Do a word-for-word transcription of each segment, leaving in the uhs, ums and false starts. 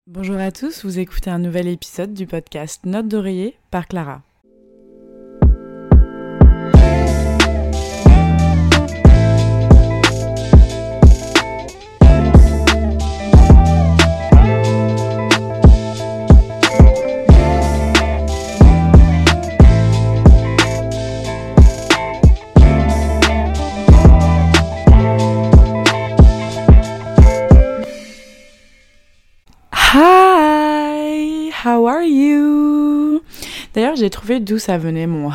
Bonjour à tous, vous écoutez un nouvel épisode du podcast Notes d'oreiller par Clara. Hi, how are you? D'ailleurs, j'ai trouvé d'où ça venait mon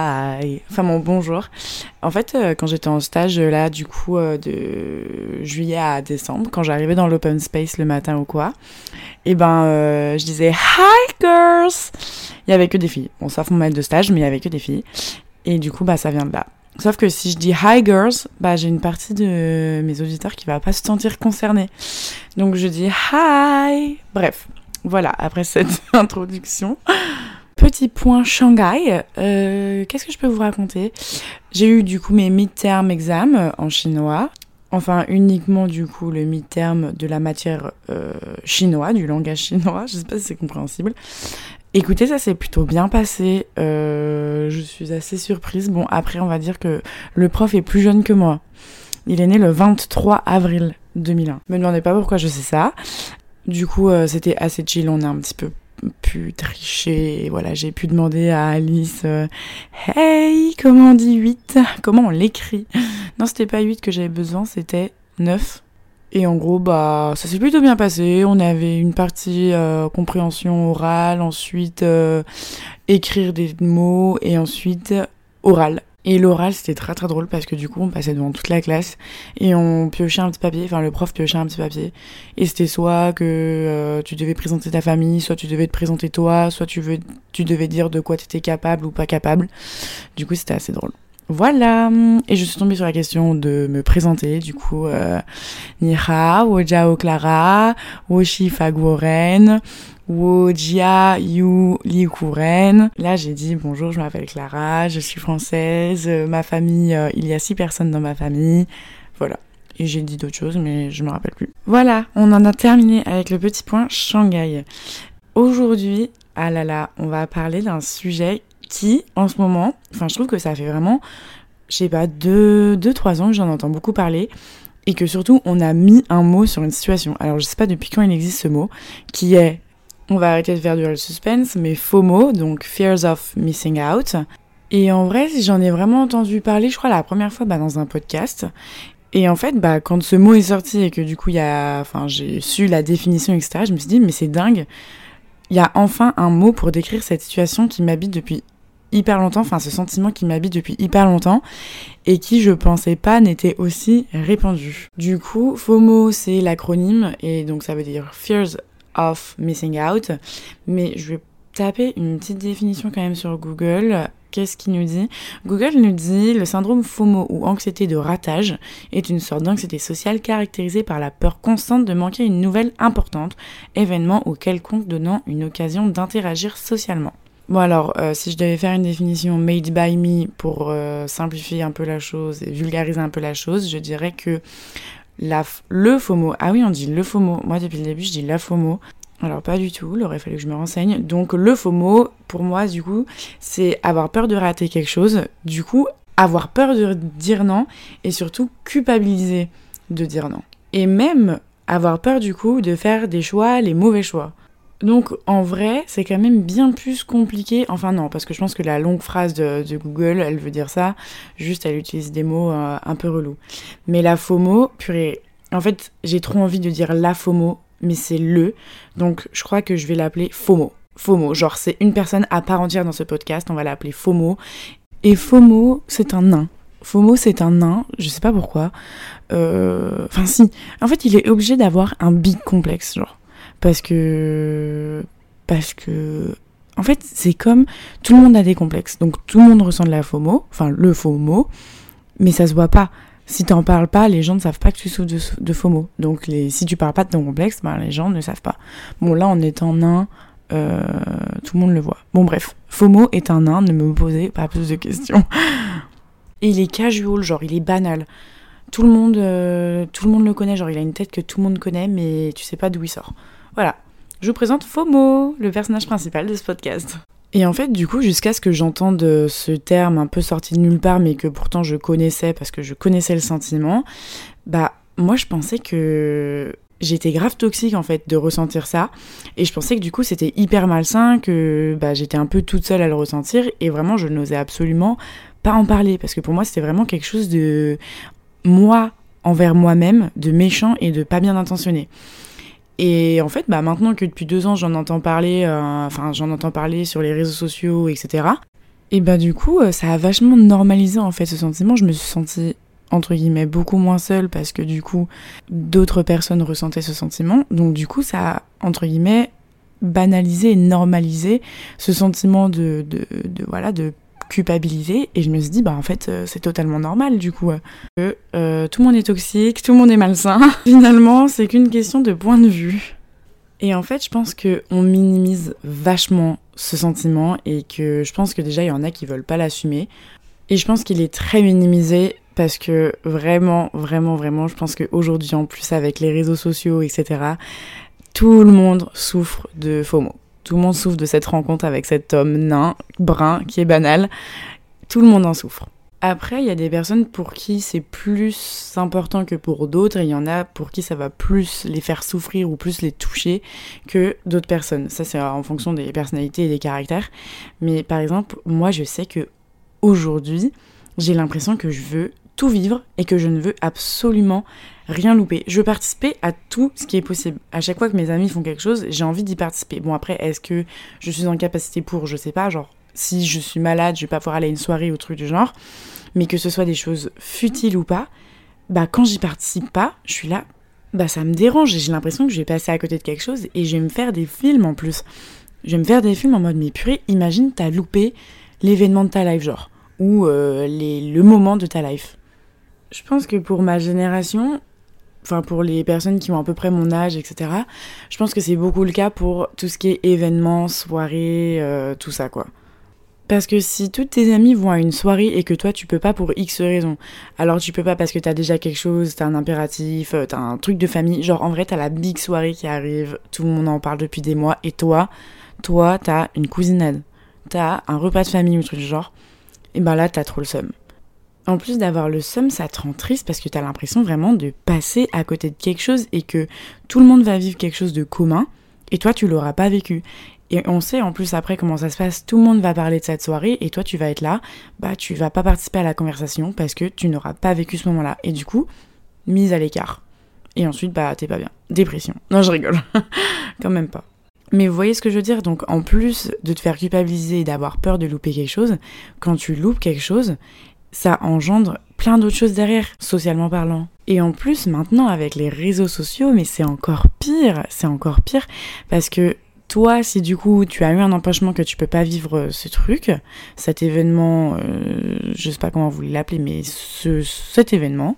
hi, enfin mon bonjour. En fait, euh, quand j'étais en stage euh, là, du coup, euh, de juillet à décembre, quand j'arrivais dans l'open space le matin ou quoi, et ben, euh, je disais hi girls. Il y avait que des filles. Bon, sauf mon maître de stage, mais il y avait que des filles. Et du coup, bah, ça vient de là. Sauf que si je dis hi girls, bah j'ai une partie de mes auditeurs qui va pas se sentir concernée. Donc je dis hi. Bref, voilà, après cette introduction. Petit point Shanghai, euh, qu'est-ce que je peux vous raconter ? J'ai eu du coup mes mid-term exams en chinois. Enfin, uniquement du coup le mid-term de la matière euh, chinois, du langage chinois. Je sais pas si c'est compréhensible. Écoutez, ça s'est plutôt bien passé, euh, je suis assez surprise. Bon, après, on va dire que le prof est plus jeune que moi. Il est né le vingt-trois avril deux mille un. Me demandez pas pourquoi je sais ça. Du coup, euh, c'était assez chill, on a un petit peu pu tricher. Et voilà, j'ai pu demander à Alice euh, « Hey, comment on dit huit ? Comment on l'écrit ?» Non, c'était pas huit que j'avais besoin, c'était neuf. Et en gros, bah, ça s'est plutôt bien passé. On avait une partie euh, compréhension orale, ensuite euh, écrire des mots et ensuite oral. Et l'oral, c'était très très drôle parce que du coup, on passait devant toute la classe et on piochait un petit papier, enfin le prof piochait un petit papier. Et c'était soit que euh, tu devais présenter ta famille, soit tu devais te présenter toi, soit tu, veux, tu devais dire de quoi tu étais capable ou pas capable. Du coup, c'était assez drôle. Voilà, et je suis tombée sur la question de me présenter, du coup, euh, Ni hao, wo jiao Clara, wo shi fa guo ren, wo jia yu li ku ren. Là, j'ai dit bonjour, je m'appelle Clara, je suis française, euh, ma famille, euh, il y a six personnes dans ma famille, voilà. Et j'ai dit d'autres choses, mais je me rappelle plus. Voilà, on en a terminé avec le petit point Shanghai. Aujourd'hui, ah là là, on va parler d'un sujet qui, en ce moment, enfin je trouve que ça fait vraiment, je sais pas, deux, deux, trois ans que j'en entends beaucoup parler, et que surtout on a mis un mot sur une situation. Alors je sais pas depuis quand il existe ce mot, qui est, on va arrêter de faire du suspense, mais FOMO, donc Fears of Missing Out. Et en vrai, j'en ai vraiment entendu parler, je crois la première fois bah, dans un podcast. Et en fait, bah quand ce mot est sorti et que du coup il y a, enfin j'ai su la définition, et cetera, je me suis dit mais c'est dingue. Il y a enfin un mot pour décrire cette situation qui m'habite depuis hyper longtemps, enfin ce sentiment qui m'habite depuis hyper longtemps et qui je pensais pas n'était aussi répandu. Du coup, FOMO c'est l'acronyme et donc ça veut dire Fears of Missing Out, mais je vais taper une petite définition quand même sur Google. Qu'est-ce qu'il nous dit ? Google nous dit « Le syndrome FOMO ou anxiété de ratage est une sorte d'anxiété sociale caractérisée par la peur constante de manquer une nouvelle importante, événement ou quelconque donnant une occasion d'interagir socialement. » Bon alors, euh, si je devais faire une définition made by me pour euh, simplifier un peu la chose et vulgariser un peu la chose, je dirais que la, le FOMO, ah oui on dit le FOMO, moi depuis le début je dis la FOMO, alors pas du tout, il aurait fallu que je me renseigne. Donc le FOMO, pour moi du coup, c'est avoir peur de rater quelque chose, du coup avoir peur de dire non et surtout culpabiliser de dire non. Et même avoir peur du coup de faire des choix, les mauvais choix. Donc en vrai, c'est quand même bien plus compliqué, enfin non, parce que je pense que la longue phrase de, de Google, elle veut dire ça, juste elle utilise des mots euh, un peu relous. Mais la FOMO, purée, en fait j'ai trop envie de dire la FOMO, mais c'est le, donc je crois que je vais l'appeler FOMO. FOMO, genre c'est une personne à part entière dans ce podcast, on va l'appeler FOMO. Et FOMO, c'est un nain. FOMO, c'est un nain, je sais pas pourquoi. Euh... Enfin si, en fait il est obligé d'avoir un big complexe, genre. Parce que... Parce que... En fait, c'est comme... Tout le monde a des complexes. Donc, tout le monde ressent de la FOMO. Enfin, le FOMO. Mais ça se voit pas. Si t'en parles pas, les gens ne savent pas que tu souffres de, de FOMO. Donc, les, si tu parles pas de ton complexe, ben, les gens ne savent pas. Bon, là, en étant nain, euh, tout le monde le voit. Bon, bref. FOMO est un nain. Ne me posez pas plus de questions. Et il est casual, genre, il est banal. Tout le monde, euh, tout le monde le connaît. Genre, il a une tête que tout le monde connaît, mais tu sais pas d'où il sort. Voilà, je vous présente FOMO, le personnage principal de ce podcast. Et en fait, du coup, jusqu'à ce que j'entende ce terme un peu sorti de nulle part, mais que pourtant je connaissais parce que je connaissais le sentiment, bah moi je pensais que j'étais grave toxique en fait de ressentir ça, et je pensais que du coup c'était hyper malsain, que bah j'étais un peu toute seule à le ressentir, et vraiment je n'osais absolument pas en parler, parce que pour moi c'était vraiment quelque chose de moi envers moi-même, de méchant et de pas bien intentionné. Et en fait, bah maintenant que depuis deux ans j'en entends parler, euh, enfin j'en entends parler sur les réseaux sociaux, et cetera. Et bah du coup, ça a vachement normalisé en fait ce sentiment. Je me suis sentie entre guillemets beaucoup moins seule parce que du coup d'autres personnes ressentaient ce sentiment. Donc du coup, ça a entre guillemets banalisé et normalisé ce sentiment de, de, de voilà de culpabilité, et je me suis dit bah en fait euh, c'est totalement normal du coup euh, que euh, tout le monde est toxique, tout le monde est malsain. Finalement c'est qu'une question de point de vue, et en fait je pense que on minimise vachement ce sentiment, et que je pense que déjà il y en a qui veulent pas l'assumer, et je pense qu'il est très minimisé parce que vraiment vraiment vraiment je pense qu'aujourd'hui en plus avec les réseaux sociaux, etc., tout le monde souffre de FOMO. Tout le monde souffre de cette rencontre avec cet homme nain, brun, qui est banal. Tout le monde en souffre. Après, il y a des personnes pour qui c'est plus important que pour d'autres, et il y en a pour qui ça va plus les faire souffrir ou plus les toucher que d'autres personnes. Ça, c'est en fonction des personnalités et des caractères. Mais par exemple, moi, je sais que aujourd'hui, j'ai l'impression que je veux tout vivre et que je ne veux absolument rien louper. Je veux participer à tout ce qui est possible. À chaque fois que mes amis font quelque chose, j'ai envie d'y participer. Bon, après, est-ce que je suis en capacité pour, je sais pas, genre, si je suis malade, je vais pas pouvoir aller à une soirée ou truc du genre, mais que ce soit des choses futiles ou pas, bah quand j'y participe pas, je suis là, bah ça me dérange, et j'ai l'impression que je vais passer à côté de quelque chose, et je vais me faire des films en plus. Je vais me faire des films en mode, mais purée, imagine t'as loupé l'événement de ta life, genre, ou euh, les, le moment de ta life. Je pense que pour ma génération, enfin pour les personnes qui ont à peu près mon âge, et cetera, je pense que c'est beaucoup le cas pour tout ce qui est événements, soirées, euh, tout ça quoi. Parce que si toutes tes amies vont à une soirée et que toi tu peux pas pour X raisons, alors tu peux pas parce que t'as déjà quelque chose, t'as un impératif, t'as un truc de famille, genre en vrai t'as la big soirée qui arrive, tout le monde en parle depuis des mois, et toi, toi t'as une cousinade, t'as un repas de famille ou truc du genre, et ben là t'as trop le seum. En plus d'avoir le seum, ça te rend triste parce que t'as l'impression vraiment de passer à côté de quelque chose, et que tout le monde va vivre quelque chose de commun, et toi tu l'auras pas vécu. Et on sait en plus après comment ça se passe, tout le monde va parler de cette soirée, et toi tu vas être là, bah tu vas pas participer à la conversation parce que tu n'auras pas vécu ce moment-là. Et du coup, mise à l'écart. Et ensuite, bah t'es pas bien. Dépression. Non, je rigole. Quand même pas. Mais vous voyez ce que je veux dire ? Donc en plus de te faire culpabiliser et d'avoir peur de louper quelque chose, quand tu loupes quelque chose, ça engendre plein d'autres choses derrière, socialement parlant. Et en plus, maintenant, avec les réseaux sociaux, mais c'est encore pire, c'est encore pire, parce que toi, si du coup, tu as eu un empêchement que tu peux pas vivre ce truc, cet événement, euh, je sais pas comment vous voulez l'appeler, mais ce, cet événement,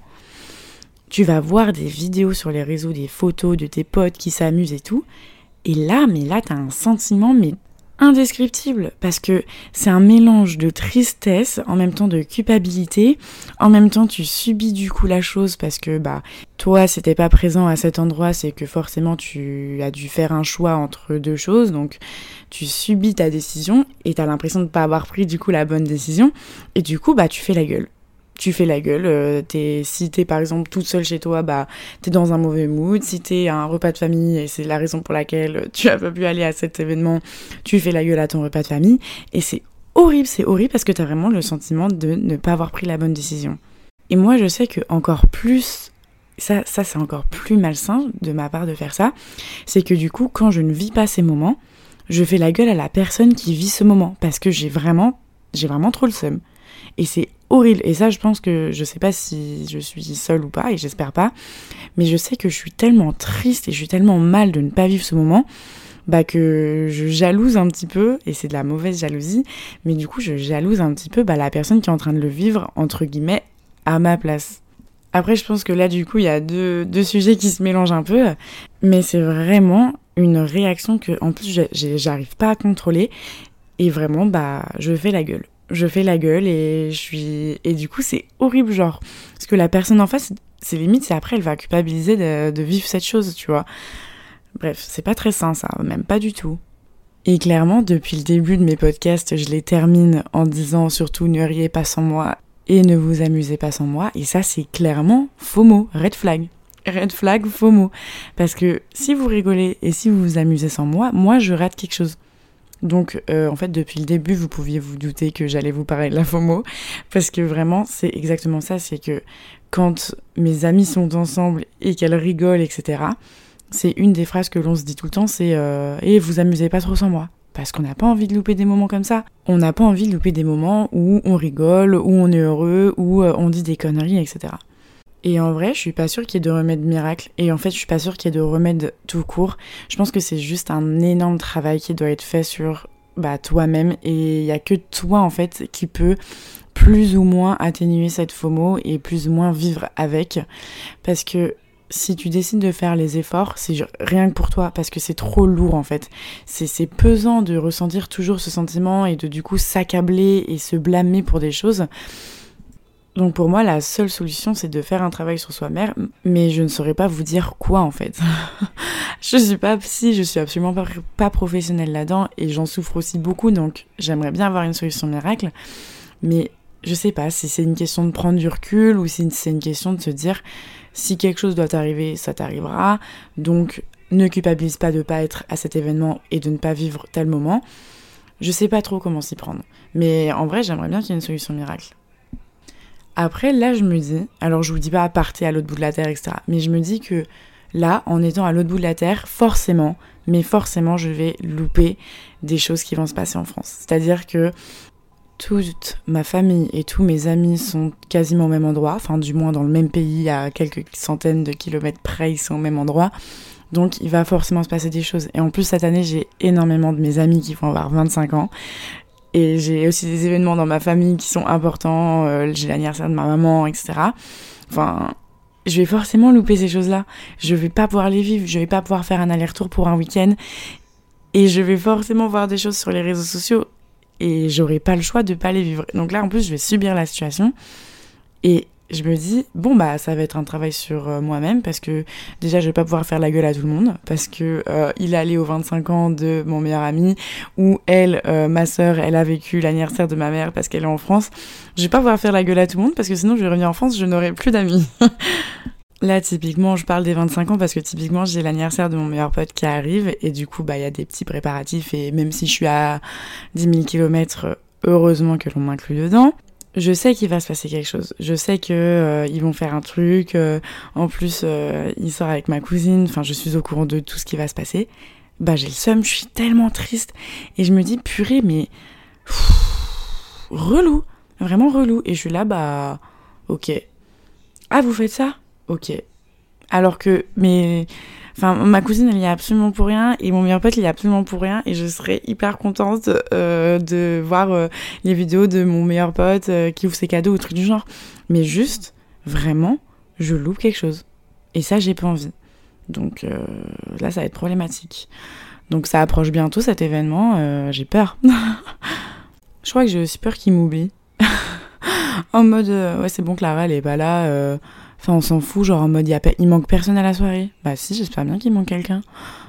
tu vas voir des vidéos sur les réseaux, des photos de tes potes qui s'amusent et tout, et là, mais là, t'as un sentiment, mais indescriptible, parce que c'est un mélange de tristesse, en même temps de culpabilité, en même temps tu subis du coup la chose parce que bah toi si t'es pas présent à cet endroit, c'est que forcément tu as dû faire un choix entre deux choses, donc tu subis ta décision et t'as l'impression de pas avoir pris du coup la bonne décision, et du coup bah tu fais la gueule. Tu fais la gueule, euh, t'es, si t'es par exemple toute seule chez toi, bah t'es dans un mauvais mood. Si t'es à un repas de famille et c'est la raison pour laquelle tu as pas pu aller à cet événement, tu fais la gueule à ton repas de famille, et c'est horrible, c'est horrible parce que t'as vraiment le sentiment de ne pas avoir pris la bonne décision. Et moi je sais que encore plus, ça, ça c'est encore plus malsain de ma part de faire ça, c'est que du coup quand je ne vis pas ces moments, je fais la gueule à la personne qui vit ce moment parce que j'ai vraiment, j'ai vraiment trop le seum. Et c'est horrible. Et ça, je pense que je sais pas si je suis seule ou pas, et j'espère pas, mais je sais que je suis tellement triste et je suis tellement mal de ne pas vivre ce moment, bah que je jalouse un petit peu, et c'est de la mauvaise jalousie, mais du coup je jalouse un petit peu bah, la personne qui est en train de le vivre, entre guillemets, à ma place. Après, je pense que là, du coup, il y a deux, deux sujets qui se mélangent un peu, mais c'est vraiment une réaction que, en plus, je, j'arrive pas à contrôler, et vraiment, bah, je fais la gueule. Je fais la gueule et je suis... Et du coup, c'est horrible, genre. Parce que la personne en face, c'est limite, c'est après, elle va culpabiliser de, de vivre cette chose, tu vois. Bref, c'est pas très sain ça, même pas du tout. Et clairement, depuis le début de mes podcasts, je les termine en disant surtout ne riez pas sans moi et ne vous amusez pas sans moi. Et ça, c'est clairement FOMO, red flag. Red flag, FOMO. Parce que si vous rigolez et si vous vous amusez sans moi, moi, je rate quelque chose. Donc, euh, en fait, depuis le début, vous pouviez vous douter que j'allais vous parler de la FOMO. Parce que vraiment, c'est exactement ça. C'est que quand mes amis sont ensemble et qu'elles rigolent, et cetera, c'est une des phrases que l'on se dit tout le temps, c'est euh, « Et vous amusez pas trop sans moi ». Parce qu'on n'a pas envie de louper des moments comme ça. On n'a pas envie de louper des moments où on rigole, où on est heureux, où euh, on dit des conneries, et cetera. Et en vrai, je suis pas sûre qu'il y ait de remède miracle. Et en fait, je suis pas sûre qu'il y ait de remède tout court. Je pense que c'est juste un énorme travail qui doit être fait sur bah, toi-même. Et il y a que toi, en fait, qui peut plus ou moins atténuer cette FOMO et plus ou moins vivre avec. Parce que si tu décides de faire les efforts, c'est rien que pour toi, parce que c'est trop lourd en fait. C'est, c'est pesant de ressentir toujours ce sentiment et de du coup s'accabler et se blâmer pour des choses. Donc pour moi, la seule solution, c'est de faire un travail sur soi-même, mais je ne saurais pas vous dire quoi en fait. Je suis pas psy, je suis absolument pas, pas professionnelle là-dedans et j'en souffre aussi beaucoup, donc j'aimerais bien avoir une solution miracle, mais je sais pas si c'est une question de prendre du recul ou si c'est une question de se dire si quelque chose doit t'arriver, ça t'arrivera, donc ne culpabilise pas de pas être à cet événement et de ne pas vivre tel moment. Je sais pas trop comment s'y prendre, mais en vrai j'aimerais bien qu'il y ait une solution miracle. Après là je me dis, alors je vous dis pas partez à l'autre bout de la terre, et cetera, mais je me dis que là, en étant à l'autre bout de la terre, forcément, mais forcément je vais louper des choses qui vont se passer en France. C'est-à-dire que toute ma famille et tous mes amis sont quasiment au même endroit, enfin du moins dans le même pays, à quelques centaines de kilomètres près, ils sont au même endroit. Donc il va forcément se passer des choses. Et en plus cette année, j'ai énormément de mes amis qui vont avoir vingt-cinq ans. Et j'ai aussi des événements dans ma famille qui sont importants. Euh, j'ai l'anniversaire de ma maman, et cetera. Enfin, je vais forcément louper ces choses-là. Je vais pas pouvoir les vivre. Je vais pas pouvoir faire un aller-retour pour un week-end. Et je vais forcément voir des choses sur les réseaux sociaux. Et j'aurai pas le choix de pas les vivre. Donc là, en plus, je vais subir la situation. Et je me dis, bon, bah, ça va être un travail sur euh, moi-même, parce que déjà, je vais pas pouvoir faire la gueule à tout le monde, parce que euh, il est allé aux vingt-cinq ans de mon meilleur ami, ou elle, euh, ma sœur, elle a vécu l'anniversaire de ma mère parce qu'elle est en France. Je vais pas pouvoir faire la gueule à tout le monde, parce que sinon, je vais revenir en France, je n'aurai plus d'amis. Là, typiquement, je parle des vingt-cinq ans parce que typiquement, j'ai l'anniversaire de mon meilleur pote qui arrive et du coup, bah, il y a des petits préparatifs et même si je suis à dix mille kilomètres, heureusement que l'on m'inclut dedans. Je sais qu'il va se passer quelque chose. Je sais que euh, ils vont faire un truc. Euh, en plus, euh, il sort avec ma cousine. Enfin, je suis au courant de tout ce qui va se passer. Bah, j'ai le seum. Je suis tellement triste et je me dis purée, mais pff, relou, vraiment relou. Et je suis là, bah, ok. Ah, vous faites ça? Ok. Alors que mes... Enfin, ma cousine, elle y est absolument pour rien, et mon meilleur pote, il y est absolument pour rien, et je serais hyper contente euh, de voir euh, les vidéos de mon meilleur pote euh, qui ouvre ses cadeaux ou trucs du genre. Mais juste, vraiment, je loupe quelque chose. Et ça, j'ai pas envie. Donc euh, là, ça va être problématique. Donc ça approche bientôt, cet événement, euh, j'ai peur. Je crois que j'ai aussi peur qu'il m'oublie. En mode, euh, ouais, c'est bon, Clara, elle est pas là... Euh... Enfin, on s'en fout, genre en mode, y a pe- il manque personne à la soirée. Bah si, j'espère bien qu'il manque quelqu'un.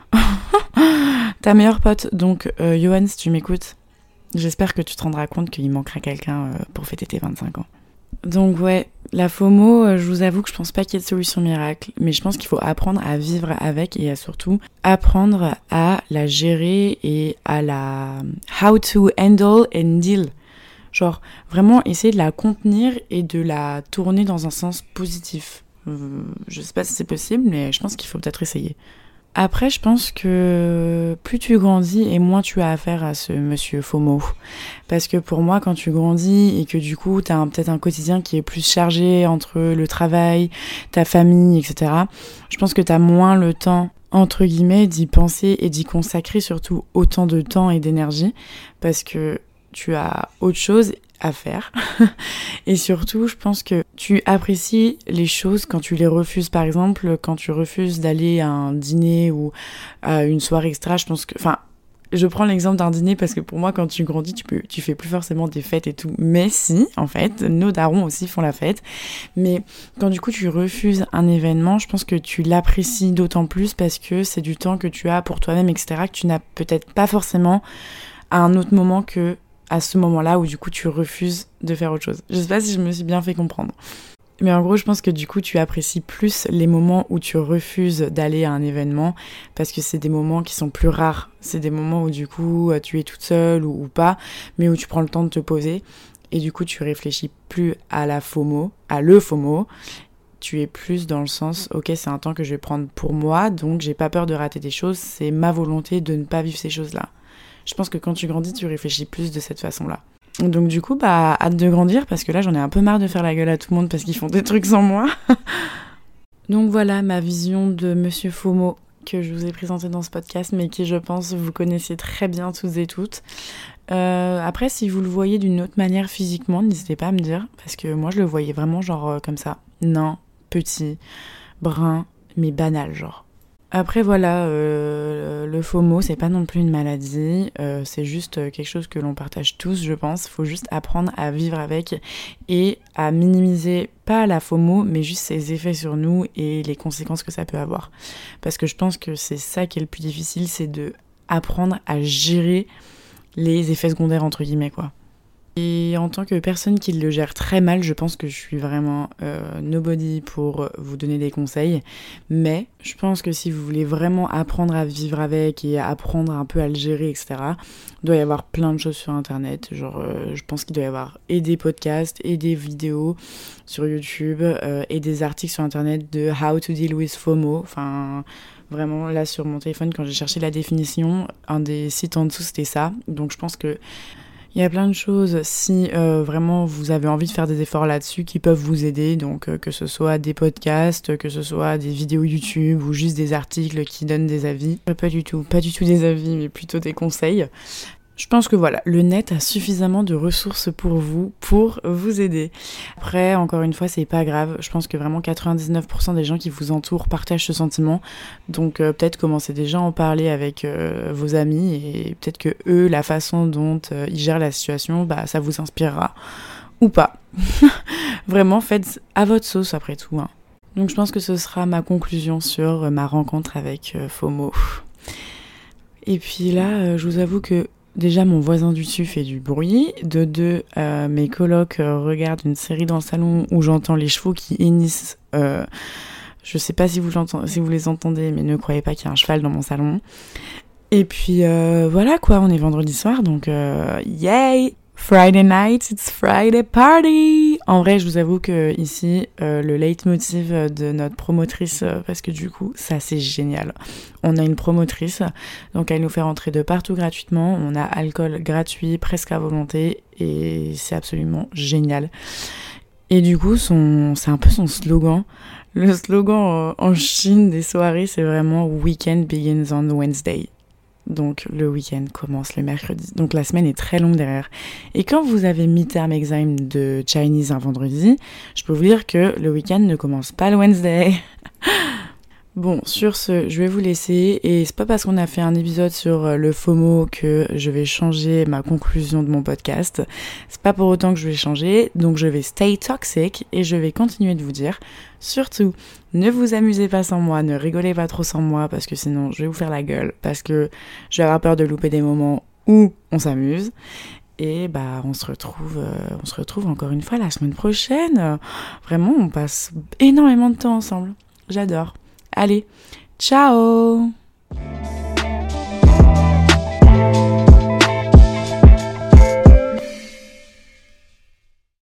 Ta meilleure pote, donc, euh, Johan, si tu m'écoutes, j'espère que tu te rendras compte qu'il manquera quelqu'un euh, pour fêter tes vingt-cinq ans. Donc ouais, la FOMO, euh, je vous avoue que je pense pas qu'il y ait de solution miracle, mais je pense qu'il faut apprendre à vivre avec et à surtout apprendre à la gérer et à la... How to handle and deal. Genre, vraiment essayer de la contenir et de la tourner dans un sens positif. Euh, je sais pas si c'est possible, mais je pense qu'il faut peut-être essayer. Après, je pense que plus tu grandis et moins tu as affaire à ce monsieur FOMO. Parce que pour moi, quand tu grandis et que du coup, t'as un, peut-être un quotidien qui est plus chargé entre le travail, ta famille, et cetera, je pense que t'as moins le temps, entre guillemets, d'y penser et d'y consacrer surtout autant de temps et d'énergie. Parce que tu as autre chose à faire. Et surtout, je pense que tu apprécies les choses quand tu les refuses. Par exemple, quand tu refuses d'aller à un dîner ou à une soirée extra, je pense que... Enfin, je prends l'exemple d'un dîner parce que pour moi, quand tu grandis, tu peux, tu fais plus forcément des fêtes et tout. Mais si, en fait, nos darons aussi font la fête. Mais quand du coup tu refuses un événement, je pense que tu l'apprécies d'autant plus parce que c'est du temps que tu as pour toi-même, et cetera, que tu n'as peut-être pas forcément à un autre moment que à ce moment-là où du coup tu refuses de faire autre chose. Je sais pas si je me suis bien fait comprendre. Mais en gros, je pense que du coup, tu apprécies plus les moments où tu refuses d'aller à un événement parce que c'est des moments qui sont plus rares. C'est des moments où du coup, tu es toute seule ou, ou pas, mais où tu prends le temps de te poser. Et du coup, tu réfléchis plus à la FOMO, à le FOMO. Tu es plus dans le sens, ok, c'est un temps que je vais prendre pour moi, donc j'ai pas peur de rater des choses. C'est ma volonté de ne pas vivre ces choses-là. Je pense que quand tu grandis, tu réfléchis plus de cette façon-là. Donc du coup, bah, hâte de grandir parce que là, j'en ai un peu marre de faire la gueule à tout le monde parce qu'ils font des trucs sans moi. Donc voilà ma vision de Monsieur FOMO que je vous ai présenté dans ce podcast, mais qui, je pense, vous connaissez très bien toutes et toutes. Euh, après, si vous le voyez d'une autre manière physiquement, n'hésitez pas à me dire, parce que moi, je le voyais vraiment genre euh, comme ça. Nain, petit, brun, mais banal, genre. Après voilà, euh, le FOMO, c'est pas non plus une maladie, euh, c'est juste quelque chose que l'on partage tous, je pense. Faut juste apprendre à vivre avec et à minimiser, pas la FOMO, mais juste ses effets sur nous et les conséquences que ça peut avoir. Parce que je pense que c'est ça qui est le plus difficile, c'est de apprendre à gérer les effets secondaires, entre guillemets, quoi. Et en tant que personne qui le gère très mal, je pense que je suis vraiment euh, nobody pour vous donner des conseils. Mais je pense que si vous voulez vraiment apprendre à vivre avec et apprendre un peu à le gérer, et cetera, il doit y avoir plein de choses sur Internet. Genre, euh, je pense qu'il doit y avoir et des podcasts et des vidéos sur YouTube euh, et des articles sur Internet de How to Deal with FOMO. Enfin, vraiment, là, sur mon téléphone, quand j'ai cherché la définition, un des sites en dessous, c'était ça. Donc, je pense que il y a plein de choses, si euh, vraiment vous avez envie de faire des efforts là-dessus, qui peuvent vous aider, donc euh, que ce soit des podcasts, que ce soit des vidéos YouTube ou juste des articles qui donnent des avis. Pas du tout, pas du tout des avis, mais plutôt des conseils. Je pense que voilà, le net a suffisamment de ressources pour vous, pour vous aider. Après, encore une fois, c'est pas grave. Je pense que vraiment quatre-vingt-dix-neuf pour cent des gens qui vous entourent partagent ce sentiment. Donc euh, peut-être commencez déjà à en parler avec euh, vos amis et peut-être que eux, la façon dont euh, ils gèrent la situation, bah ça vous inspirera ou pas. Vraiment, faites à votre sauce après tout. Hein. Donc je pense que ce sera ma conclusion sur euh, ma rencontre avec euh, FOMO. Et puis là, euh, je vous avoue que déjà, mon voisin du dessus fait du bruit. De deux, euh, mes colocs euh, regardent une série dans le salon où j'entends les chevaux qui hennissent. Euh, je sais pas si vous, si vous les entendez, mais ne croyez pas qu'il y a un cheval dans mon salon. Et puis euh, voilà quoi, on est vendredi soir, donc euh, yay! Friday night, it's Friday party! En vrai, je vous avoue que ici, euh, le leitmotiv de notre promotrice, euh, parce que du coup, ça c'est génial. On a une promotrice, donc elle nous fait rentrer de partout gratuitement. On a alcool gratuit, presque à volonté, et c'est absolument génial. Et du coup, son, c'est un peu son slogan. Le slogan euh, en Chine des soirées, c'est vraiment Weekend begins on Wednesday. Donc le week-end commence le mercredi. Donc la semaine est très longue derrière. Et quand vous avez midterm exam de Chinese un vendredi, je peux vous dire que le week-end ne commence pas le Wednesday. Bon, sur ce, je vais vous laisser. Et c'est pas parce qu'on a fait un épisode sur le FOMO que je vais changer ma conclusion de mon podcast. C'est pas pour autant que je vais changer. Donc je vais stay toxic et je vais continuer de vous dire, surtout, ne vous amusez pas sans moi, ne rigolez pas trop sans moi parce que sinon je vais vous faire la gueule. Parce que je vais avoir peur de louper des moments où on s'amuse. Et bah on se retrouve, euh, on se retrouve encore une fois la semaine prochaine. Vraiment, on passe énormément de temps ensemble. J'adore. Allez, ciao!